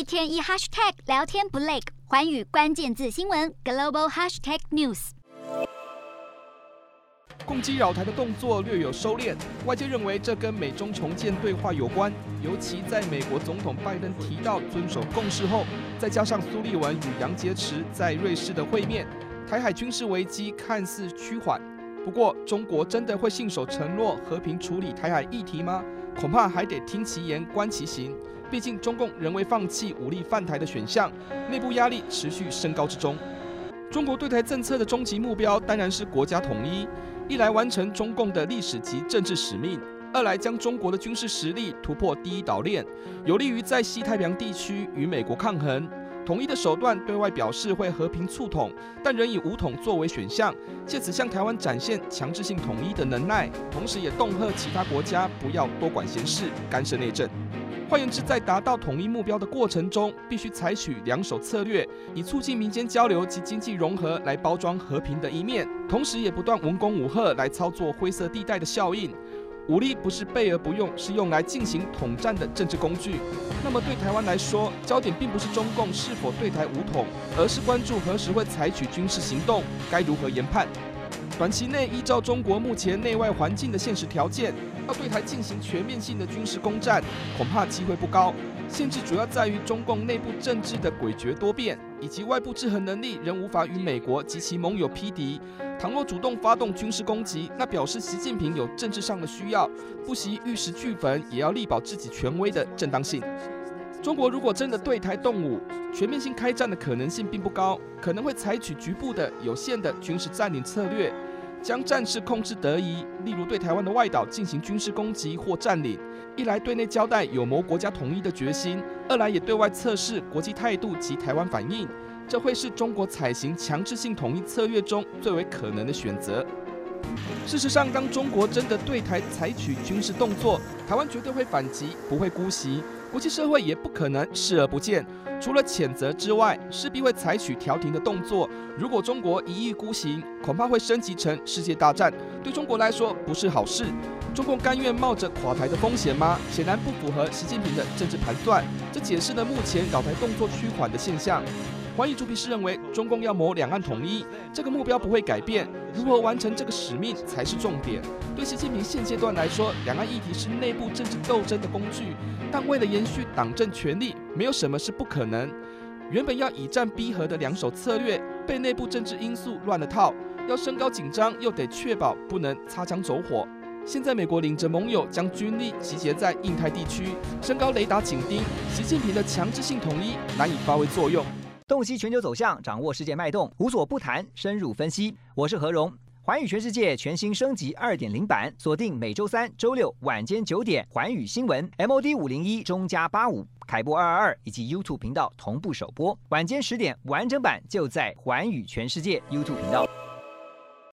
一天一 hashtag 聊天不累，寰宇关键字新闻 global hashtag news。 攻击扰台的动作略有收敛，外界认为这跟美中重建对话有关。尤其在美国总统拜登提到遵守共识后，再加上苏利文与杨洁篪在瑞士的会面，台海军事危机看似趋缓。不过，中国真的会信守承诺和平处理台海议题吗？恐怕还得听其言观其行。毕竟中共仍未放弃武力犯台的选项，内部压力持续升高之中。中国对台政策的终极目标当然是国家统一，一来完成中共的历史及政治使命，二来将中国的军事实力突破第一岛链，有利于在西太平洋地区与美国抗衡。统一的手段对外表示会和平促统，但仍以武统作为选项，借此向台湾展现强制性统一的能耐，同时也恫吓其他国家不要多管闲事、干涉内政。换言之，在达到统一目标的过程中，必须采取两手策略，以促进民间交流及经济融合来包装和平的一面，同时也不断文攻武吓来操作灰色地带的效应。武力不是备而不用，是用来进行统战的政治工具。那么对台湾来说，焦点并不是中共是否对台武统，而是关注何时会采取军事行动，该如何研判。短期内，依照中国目前内外环境的现实条件，要对台进行全面性的军事攻占，恐怕机会不高。限制主要在于中共内部政治的诡谲多变，以及外部制衡能力仍无法与美国及其盟友匹敌。倘若主动发动军事攻击，那表示习近平有政治上的需要，不惜玉石俱焚，也要力保自己权威的正当性。中国如果真的对台动武，全面性开战的可能性并不高，可能会采取局部的、有限的军事占领策略，将战事控制得宜，例如对台湾的外岛进行军事攻击或占领。一来对内交代有谋国家统一的决心，二来也对外测试国际态度及台湾反应。这会是中国采行强制性统一策略中最为可能的选择。事实上，当中国真的对台采取军事动作，台湾绝对会反击，不会姑息，国际社会也不可能视而不见。除了谴责之外，势必会采取调停的动作。如果中国一意孤行，恐怕会升级成世界大战，对中国来说不是好事。中共甘愿冒着垮台的风险吗？显然不符合习近平的政治盘算。这解释了目前扰台动作趋缓的现象。寰宇主笔是认为，中共要谋两岸统一，这个目标不会改变，如何完成这个使命才是重点。对习近平现阶段来说，两岸议题是内部政治斗争的工具，但为了延续党政权力，没有什么是不可能。原本要以战逼和的两手策略，被内部政治因素乱了套，要升高紧张，又得确保不能擦枪走火。现在美国领着盟友将军力集结在印太地区，升高雷达警盯，习近平的强制性统一难以发挥作用。 洞悉全球走向，掌握世界脉动，无所不谈，深入分析。我是何荣，寰宇全世界全新升级2.0版，锁定每周三、周六晚间9点，寰宇新闻 MOD 501中加85，凯播222以及 YouTube 频道同步首播。晚间10点完整版就在寰宇全世界 YouTube 频道。